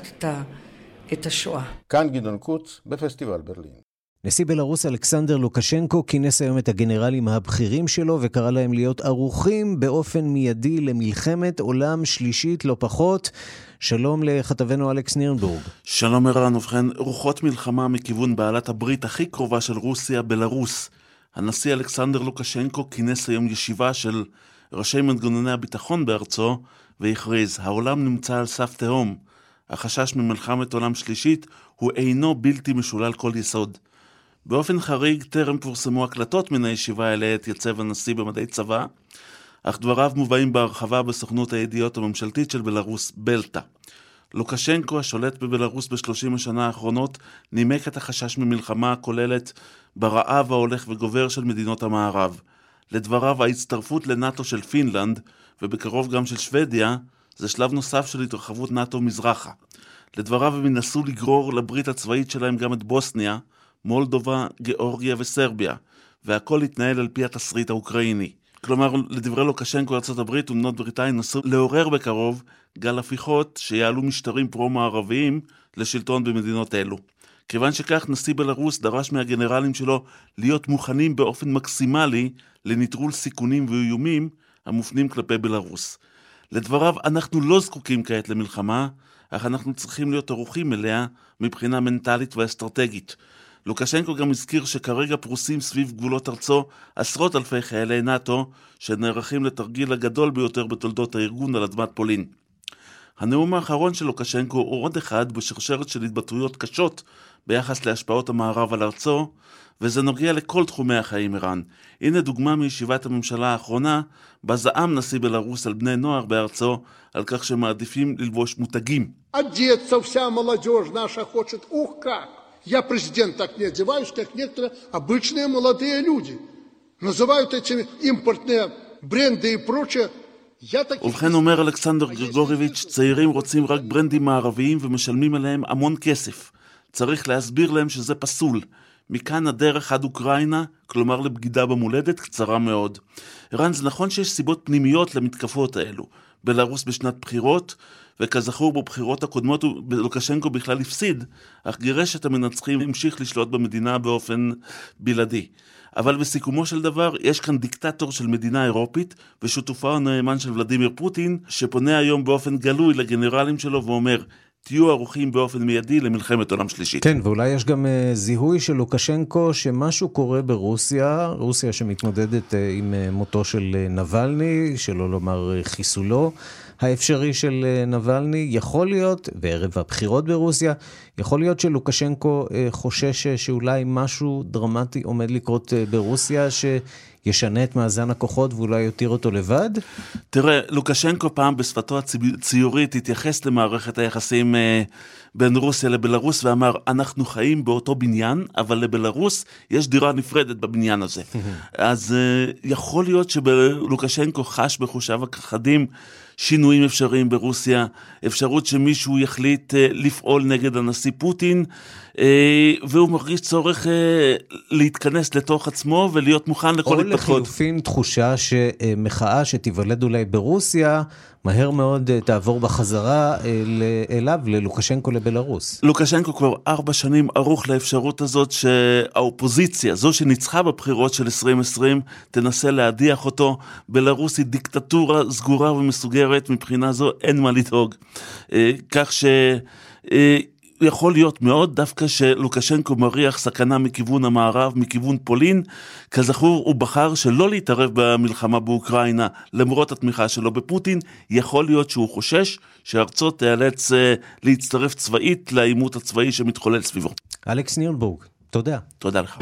את השואה. כאן גדעון קוץ בפסטיבל ברלין. נשיא בלרוס אלכסנדר לוקשנקו כינס היום את הגנרלים הבכירים שלו וקרא להם להיות ערוכים באופן מיידי למלחמת עולם שלישית לא פחות. שלום לכתבנו אלכס נירנבורג. שלום ערן, ובכן רוחות מלחמה מכיוון בעלת הברית הכי קרובה של רוסיה, בלרוס. הנשיא אלכסנדר לוקשנקו כינס היום ישיבה של ראשי מנגנוני הביטחון בארצו והכריז, העולם נמצא על סף תהום. החשש ממלחמת עולם שלישית הוא אינו בלתי משולל כל יסוד. באופן חריג טרם פורסמו הקלטות מן הישיבה אליה התייצב הנשיא במדי צבא, אך דבריו מובאים בהרחבה בסוכנות הידיעות הממשלתית של בלרוס, בלטה. לוקשנקו, השולט בבלרוס ב30 השנה האחרונות, נימק את החשש ממלחמה הכוללת ברעב ההולך וגובר של מדינות המערב. לדבריו, ההצטרפות לנאטו של פינלנד, ובקרוב גם של שוודיה, זה שלב נוסף של התרחבות נאטו מזרחה. לדבריו, הם ינסו לגרור לברית הצבאית שלהם גם את בוסניה, מולדובה, גיאורגיה וסרביה, והכל התנהל על פי התסריט האוקראיני. כלומר, לדברי לוקשנקו, ארצות הברית ומדינות בריטניה נסו לעורר בקרוב גל הפיכות שיעלו משטרים פרו-מערביים לשלטון במדינות אלו. כיוון שכך, נשיא בלרוס דרש מהגנרלים שלו להיות מוכנים באופן מקסימלי לנטרול סיכונים ואיומים המופנים כלפי בלרוס. לדבריו, אנחנו לא זקוקים כעת למלחמה, אך אנחנו צריכים להיות ערוכים אליה מבחינה מנטלית ואסטרטגית. לוקשנקו גם הזכיר שכרגע פרוסים סביב גבולות ארצו עשרות אלפי חיילי נאטו שנערכים לתרגיל הגדול ביותר בתולדות הארגון על אדמת פולין. הנאום האחרון של לוקשנקו הוא עוד אחד בשרשרת של התבטאויות קשות ביחס להשפעות המערב על ארצו, וזה נוגע לכל תחומי החיים איראן. הנה דוגמה מישיבת הממשלה האחרונה, בה זעם נשיא בלרוס על בני נוער בארצו על כך שמעדיפים ללבוש מותגים. Одеться вся молодежь наша хочет, ух как! Я президент так не одеваюсь, как некоторые обычные молодые люди. Называют эти импортные бренды и прочее. ובכן, אומר אלכסנדר גרגוריביץ', צעירים רוצים רק ברנדים מערביים ומשלמים עליהם המון כסף. צריך להסביר להם שזה פסול. מכאן הדרך עד אוקראינה, כלומר לבגידה במולדת, קצרה מאוד. ערן, זה נכון שיש סיבות פנימיות למתקפות האלו. בלרוס בשנת בחירות, וכזכור בבחירות הקודמות לוקשנקו בכלל הפסיד, אך גירש את המנצחים המשיך לשלוט במדינה באופן בלעדי. אבל בסיכומו של דבר יש כאן דיקטטור של מדינה אירופית ושותפו הנאמן של ולדימיר פוטין, שפונה היום באופן גלוי לגנרלים שלו ואומר, תהיו ערוכים באופן מיידי למלחמת עולם שלישית. כן, ואולי יש גם זיהוי של לוקשנקו שמשהו קורה ברוסיה, רוסיה שמתמודדת עם מותו של נבלני, שלא לומר חיסולו האפשרי של נבלני. יכול להיות, וערב הבחירות ברוסיה, יכול להיות שלוקשנקו חושש שאולי משהו דרמטי עומד לקרות ברוסיה שישנה את מאזן הכוחות ואולי יותיר אותו לבד? תראה, לוקשנקו פעם בשפתו הציורית התייחס למערכת היחסים בין רוסיה לבלרוס ואמר, אנחנו חיים באותו בניין, אבל לבלרוס יש דירה נפרדת בבניין הזה. אז יכול להיות שלוקשנקו חש בחושיו הכחדים שינויים אפשריים ברוסיה, אפשרות שמישהו יחליט לפעול נגד הנשיא פוטין, והוא מרגיש צורך להתכנס לתוך עצמו ולהיות מוכן לכל התפתחות. או לחילופין תחושה שמחאה שתיוולד אולי ברוסיה, מהר מאוד תעבור בחזרה אליו, ללוקשנקו לבלרוס. לוקשנקו כבר 4 שנים ערוך לאפשרות הזאת שהאופוזיציה, זו שניצחה בבחירות של 2020, תנסה להדיח אותו. בלרוס היא דיקטטורה סגורה ומסוגרת, מבחינה זו אין מה לדאוג. כך ש... יכול להיות מאוד דווקא שלוקשנקו מריח סכנה מכיוון המערב, מכיוון פולין. כזכור, הוא בחר שלא להתערב במלחמה באוקראינה, למרות התמיכה שלו בפוטין. יכול להיות שהוא חושש שארצות תיאלץ להצטרף צבאית לעימות הצבאי שמתחולל סביבו. אלכס נירנבורג, תודה. תודה לך.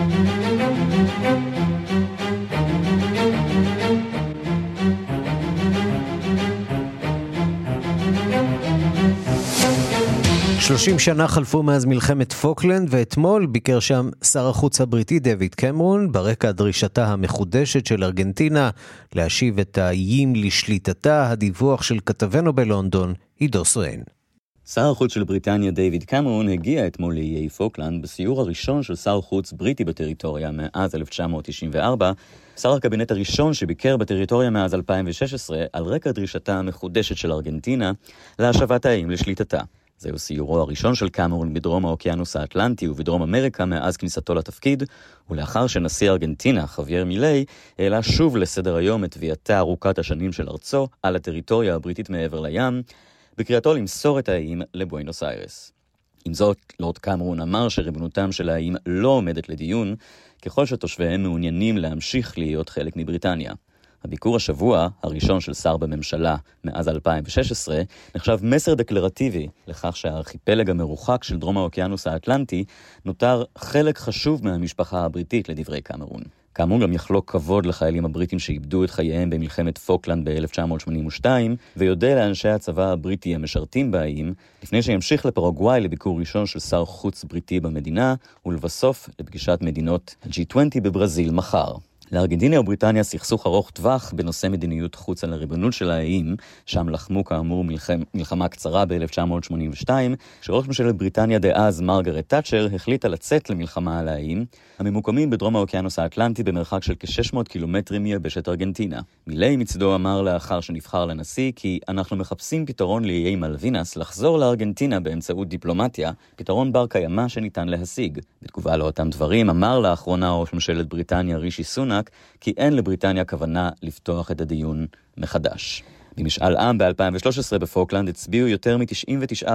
30 שנה חלפו מאז מלחמת פוקלנד, ואתמול ביקר שם שר החוץ הבריטי דויד קמרון, ברקע דרישתה המחודשת של ארגנטינה להשיב את האיים לשליטתה. הדיווח של כתבנו בלונדון, עידו סואן. שר החוץ של בריטניה דויד קמרון הגיע אתמול לאיי פוקלנד בסיור הראשון של שר חוץ בריטי בטריטוריה מאז 1994, שר הקבינט הראשון שביקר בטריטוריה מאז 2016 על רקע דרישתה המחודשת של ארגנטינה להשבת האיים לשליטתה. זהו סיורו הראשון של קמרון בדרום האוקיינוס האטלנטי ובדרום אמריקה מאז כניסתו לתפקיד, ולאחר שנשיא ארגנטינה, חווייר מילי, העלה שוב לסדר היום את תביעתה ארוכת השנים של ארצו על הטריטוריה הבריטית מעבר לים, בקריאתו למסור את האיים לבואנוס איירס. עם זאת, לורד קמרון אמר שריבונותם של האיים לא עומדת לדיון, ככל שתושביהם מעוניינים להמשיך להיות חלק מבריטניה. הביקור השבוע, הראשון של שר בממשלה מאז 2016, נחשב מסר דקלרטיבי לכך שהארכיפלג המרוחק של דרום האוקיינוס האטלנטי נותר חלק חשוב מהמשפחה הבריטית לדברי קמרון. קמרון גם יחלוק כבוד לחיילים הבריטים שאיבדו את חייהם במלחמת פוקלנד ב-1982, ויודה לאנשי הצבא הבריטי המשרתים באיים, לפני שימשיך לפרגוואי לביקור ראשון של שר חוץ בריטי במדינה, ולבסוף לפגישת מדינות G20 בברזיל מחר. לארגנטינה ובריטניה סכסוך ארוך טווח בנושא מדיניות חוץ על הריבונות של האיים, שם לחמו כאמור מלחמה קצרה ב-1982, כשראש ממשלת בריטניה דאז מרגרט תאצ'ר החליטה לצאת למלחמה על האיים, הממוקמים בדרום האוקיינוס האטלנטי במרחק של כ-600 קילומטרים מיבשת ארגנטינה. מילי מצדו אמר לאחר שנבחר לנשיא כי אנחנו מחפשים פתרון לאיי מלווינס לחזור לארגנטינה באמצעות דיפלומטיה, פתרון בר קיימא שניתן להשיג. בתגובה לאותם דברים אמר לאחרונה ראש ממשלת בריטניה רישי סונאק כי אין לבריטניה כוונה לפתוח את הדיון מחדש. במשאל עם ב-2013 בפוקלנד הצביעו יותר מ-99%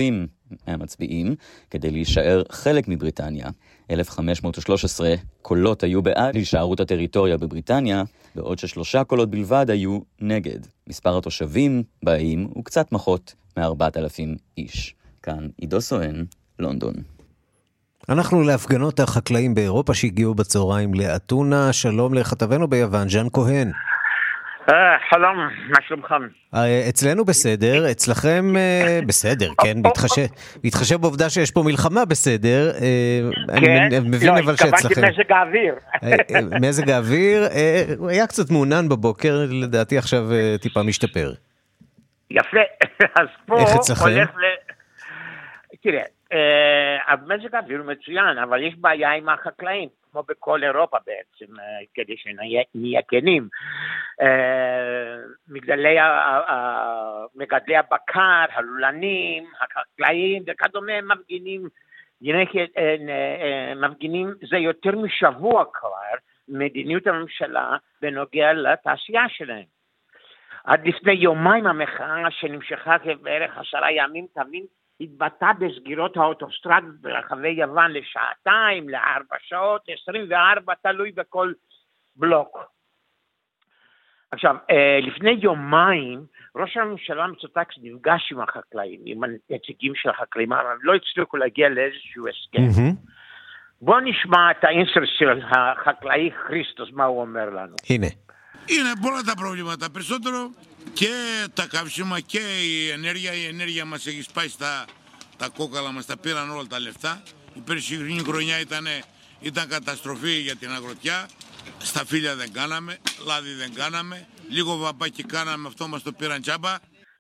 מהמצביעים כדי להישאר חלק מבריטניה. 1,513 קולות היו בעד להישארות הטריטוריה בבריטניה, בעוד ש3 קולות בלבד היו נגד. מספר התושבים באיים הוא קצת פחות מ-4,000 איש. כאן עידו סואן, לונדון. אנחנו להפגנות החקלאים באירופה שהגיעו בצהריים לאתונה. שלום לכתבנו ביוון, ז'אן כהן. שלום, מה שלומכם? אצלנו בסדר, אצלכם בסדר, כן, בהתחשב בעובדה שיש פה מלחמה בסדר, אני מבין אבל שאצלכם... לא, התכוונתי מזג האוויר. מזג האוויר, הוא היה קצת מעונן בבוקר, לדעתי עכשיו טיפה משתפר. יפה, אז פה הולך תראה, המזג האוויר הוא מצוין, אבל יש בעיה עם החקלאים. כמו בכל אירופה בעצם, כדי שנהיה כנים. מגדלי הבקר, הלולנים, החקלאים וכדומה מפגינים זה יותר משבוע כבר, מדיניות הממשלה בנוגע לתעשייה שלהם. עד לפני יומיים המחאה שנמשכה בערך 10 ימים, תבין, התבטא בסגירות האוטוסטרד ברחבי יוון לשעתיים, ל4 שעות, 24, תלוי בכל בלוק. עכשיו, לפני יומיים, ראש הממשלה מצוטקס נפגש עם החקלאים, עם הנציגים של החקלאים, אבל לא הצליחו להגיע לאיזשהו הסכם. בואו נשמע את האינסרט של החקלאי כריסטוס, מה הוא אומר לנו. הנה. Είναι πολλά τα προβλήματα, περισσότερο και τα καύσιμα και η ενέργεια μας έχει σπάσει τα κόκαλα μας, τα πήραν όλα τα λεφτά. Η περσινή χρονιά ήταν καταστροφή για την αγροτιά, σταφύλια δεν κάναμε, λάδι δεν κάναμε, λίγο βαπάκι κάναμε, αυτό μας το πήραν τσάμπα.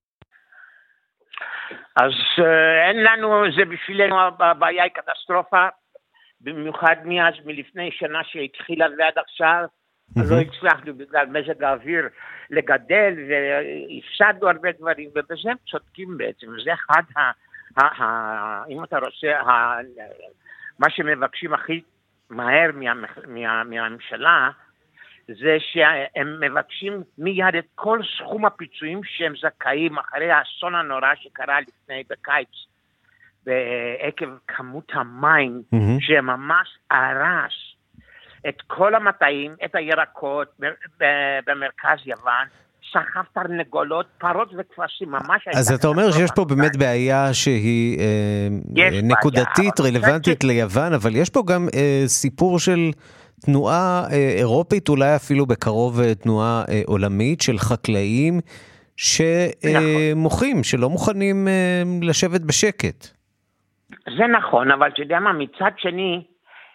אז אין לנו, זה בשבילנו הבעיה היא קטסטרופה, במיוחד מלפני שנה שהתחילה ועד עכשיו, לא הצלחנו בגלל מזג האוויר לגדל והפסדנו הרבה דברים, ובזה הם צודקים בעצם. זה אחד, אם אתה רוצה, מה שמבקשים הכי מהר מהממשלה, זה שהם מבקשים מיד את כל סכום הפיצויים שהם זכאים אחרי האסון הנורא שקרה לפני בקיץ, בעקב כמות המים שממש הרס את כל המטעים, את הירקות במרכז יוון, שחף תרנגולות, פרות וכבשים, ממש... אז אתה אומר שיש פה באמת בעיה שהיא נקודתית, רלוונטית ליוון, אבל יש פה גם סיפור של תנועה אירופית, אולי אפילו בקרוב תנועה עולמית של חקלאים שמוחים, שלא מוכנים לשבת בשקט. זה נכון, אבל אתה יודע מה, מצד שני,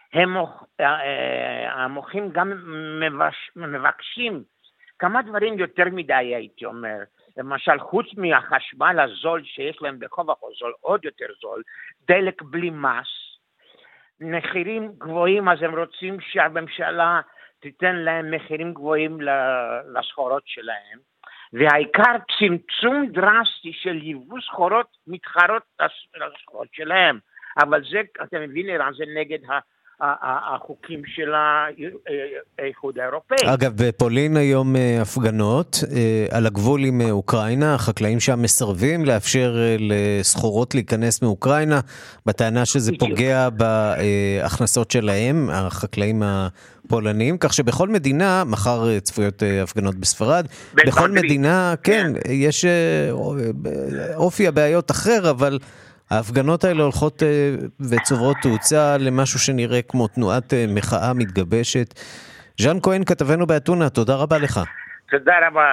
המוחים גם מבקשים כמה דברים יותר מדי, הייתי אומר. למשל, חוץ מהחשמל הזול שיש להם בחוב החוזול, עוד יותר זול, דלק בלי מס, מחירים גבוהים, אז הם רוצים שהממשלה תיתן להם מחירים גבוהים לסחורות שלהם, והעיקר צמצום דרסטי של יבוא סחורות מתחרות לסחורות שלהם. אבל זה, אתה מבין, איראן, זה נגד החוקים של האיחוד האירופאי. אגב, בפולין היום הפגנות על הגבול עם אוקראינה, החקלאים שם מסרבים לאפשר לסחורות להיכנס מאוקראינה, בטענה שזה פוגע בהכנסות שלהם, החקלאים הפולנים, כך שבכל מדינה, מחר צפויות הפגנות בספרד, בכל מדינה, כן, יש אופי הבעיות אחר, אבל ההפגנות האלה הולכות וצוברות תאוצה למשהו שנראה כמו תנועת מחאה מתגבשת. ז'אן כהן, כתבנו באתונה, תודה רבה לך. תודה רבה.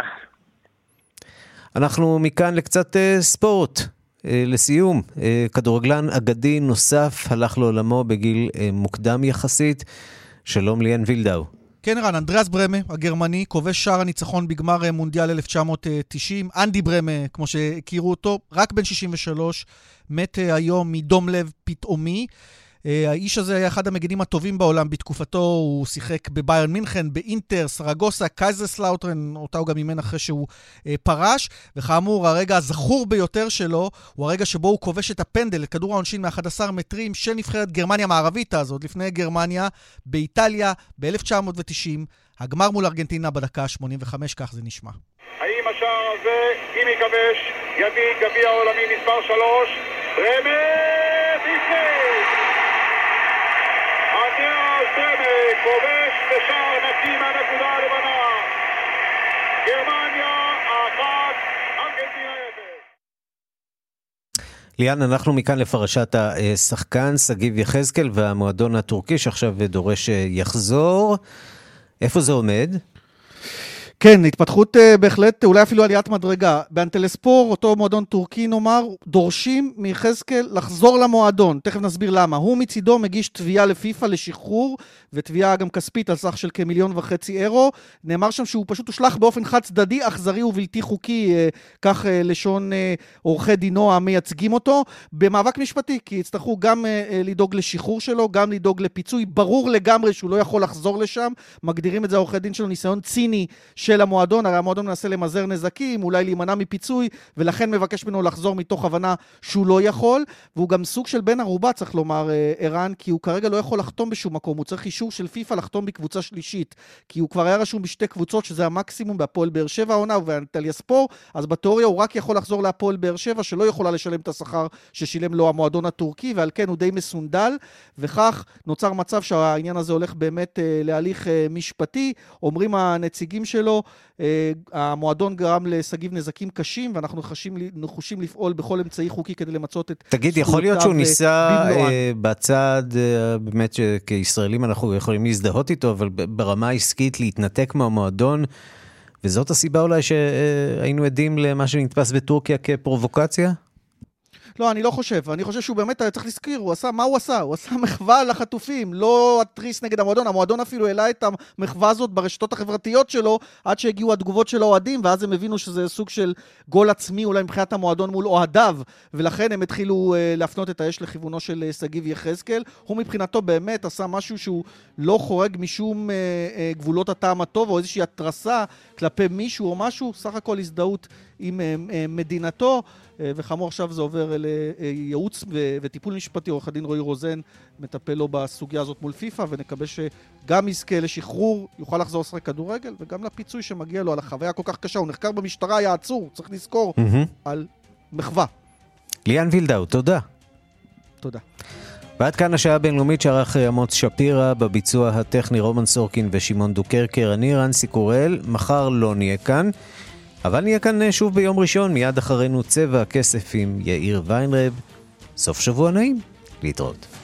אנחנו מכאן לקצת ספורט. לסיום, כדורגלן אגדי נוסף הלך לעולמו בגיל מוקדם יחסית. שלום ליאן וילדאו. כן רן, אנדריאס ברמה, הגרמני, כובש שער הניצחון בגמר מונדיאל 1990. אנדי ברמה, כמו שהכירו אותו, רק בן 63, מת היום מדום לב פתאומי. האיש הזה היה אחד המגנים הטובים בעולם בתקופתו, הוא שיחק בביירן מינכן, באינטר, סרגוסה, קייזרסלאוטרן, אותה הוא גם אימן אחרי שהוא פרש, וכאמור, הרגע הזכור ביותר שלו, הוא הרגע שבו הוא כובש את הפנדל, את כדור העונשין מ-11 מטרים של נבחרת גרמניה המערבית הזאת, לפני גרמניה, באיטליה, ב-1990, הגמר מול ארגנטינה בדקה 85, כך זה נשמע. האם השער הזה, אם ייכבש, יביא גביע העולמי מספר 3, ברמה ביסנית! אנדריאס ברמה כובש בשער נקי מהנקודה הלבנה. גרמניה 1, ארגנטינה 0. ליאן, אנחנו מכאן לפרשת השחקן סגיב יחזקאל והמועדון הטורקי שעכשיו דורש יחזור. איפה זה עומד? כן, התפתחות בהחלט, אולי אפילו עליית מדרגה. באנטלספור, אותו מועדון טורקי נאמר, דורשים מיחזקאל לחזור למועדון. תכף נסביר למה. הוא מצידו מגיש תביעה לפיפה לשחרור, ותביעה גם כספית על סך של כ1.5 מיליון אירו. נאמר שם שהוא פשוט הושלך באופן חד צדדי, אכזרי ובלתי חוקי, כך לשון עורכי דינו המייצגים אותו, במאבק משפטי, כי יצטרכו גם לדאוג לשחרור שלו, גם לדאוג לפיצוי. ברור לגמרי שהוא לא יכול לחזור לשם. מגדירים את זה עורכי דין שלו ניסיון ציני של המועדון, הרי המועדון מנסה למזער נזקים, אולי להימנע מפיצוי, ולכן מבקש ממנו לחזור מתוך הבנה שהוא לא יכול, והוא גם סוג של בן ערובה, צריך לומר, ערן, כי הוא כרגע לא יכול לחתום בשום מקום, הוא צריך אישור של פיפה לחתום בקבוצה שלישית, כי הוא כבר היה רשום בשתי קבוצות, שזה המקסימום בהפועל באר שבע העונה ובאנטלספור, אז בתיאוריה הוא רק יכול לחזור להפועל באר שבע, שלא יכולה לשלם את השכר ששילם לו המועדון הטורקי, ועל כן הוא די מסונדל, וכך נוצר מצב שהעניין הזה הולך באמת להליך משפטי. אומרים הנציגים שלו, המועדון גרם לסגיב נזקים קשים, ואנחנו נחושים לפעול בכל אמצעי חוקי כדי למצות את זכויותיו. תגיד, יכול להיות שהוא ניסה בצד, באמת שכישראלים אנחנו יכולים להזדהות איתו, אבל ברמה העסקית להתנתק מהמועדון, וזאת הסיבה אולי שהיינו עדים למה שנתפס בטורקיה כפרובוקציה? לא, אני לא חושב. אני חושב שהוא באמת צריך להזכיר, מה הוא עשה? הוא עשה מחווה לחטופים, לא התריס נגד המועדון. המועדון אפילו העלה את המחווה הזאת ברשתות החברתיות שלו, עד שהגיעו התגובות של האוהדים, ואז הם הבינו שזה סוג של גול עצמי, אולי מבחינת המועדון מול אוהדיו, ולכן הם התחילו להפנות את האש לכיוונו של שגיב יחזקאל. הוא מבחינתו באמת עשה משהו שהוא לא חורג משום גבולות הטעם הטוב, או איזושהי התרסה כלפי מישהו או משהו, סך הכל הזדהות עם מדינתו, וחמור עכשיו זה עובר לייעוץ וטיפול משפטי. עורך הדין רועי רוזן מטפל לו בסוגיה הזאת מול פיפה, ונקווה שגם יזכה לשחרור, יוכל לחזור לשחק כדורגל, וגם לפיצוי שמגיע לו על החוויה כל כך קשה. הוא נחקר במשטרה, היה עצור, צריך לזכור, על מחווה. ליאן וילדאו, תודה. תודה. ועד כאן השעה הבינלאומית שערך אמוץ שפירא, בביצוע הטכני רומן סורקין ושמעון דוקרקר. אני רנסי קורל, מחר לא נהיה כאן, אבל נהיה כאן שוב ביום ראשון, מיד אחרינו צבע הכסף עם יאיר ויינרב. סוף שבוע נעים, להתראות.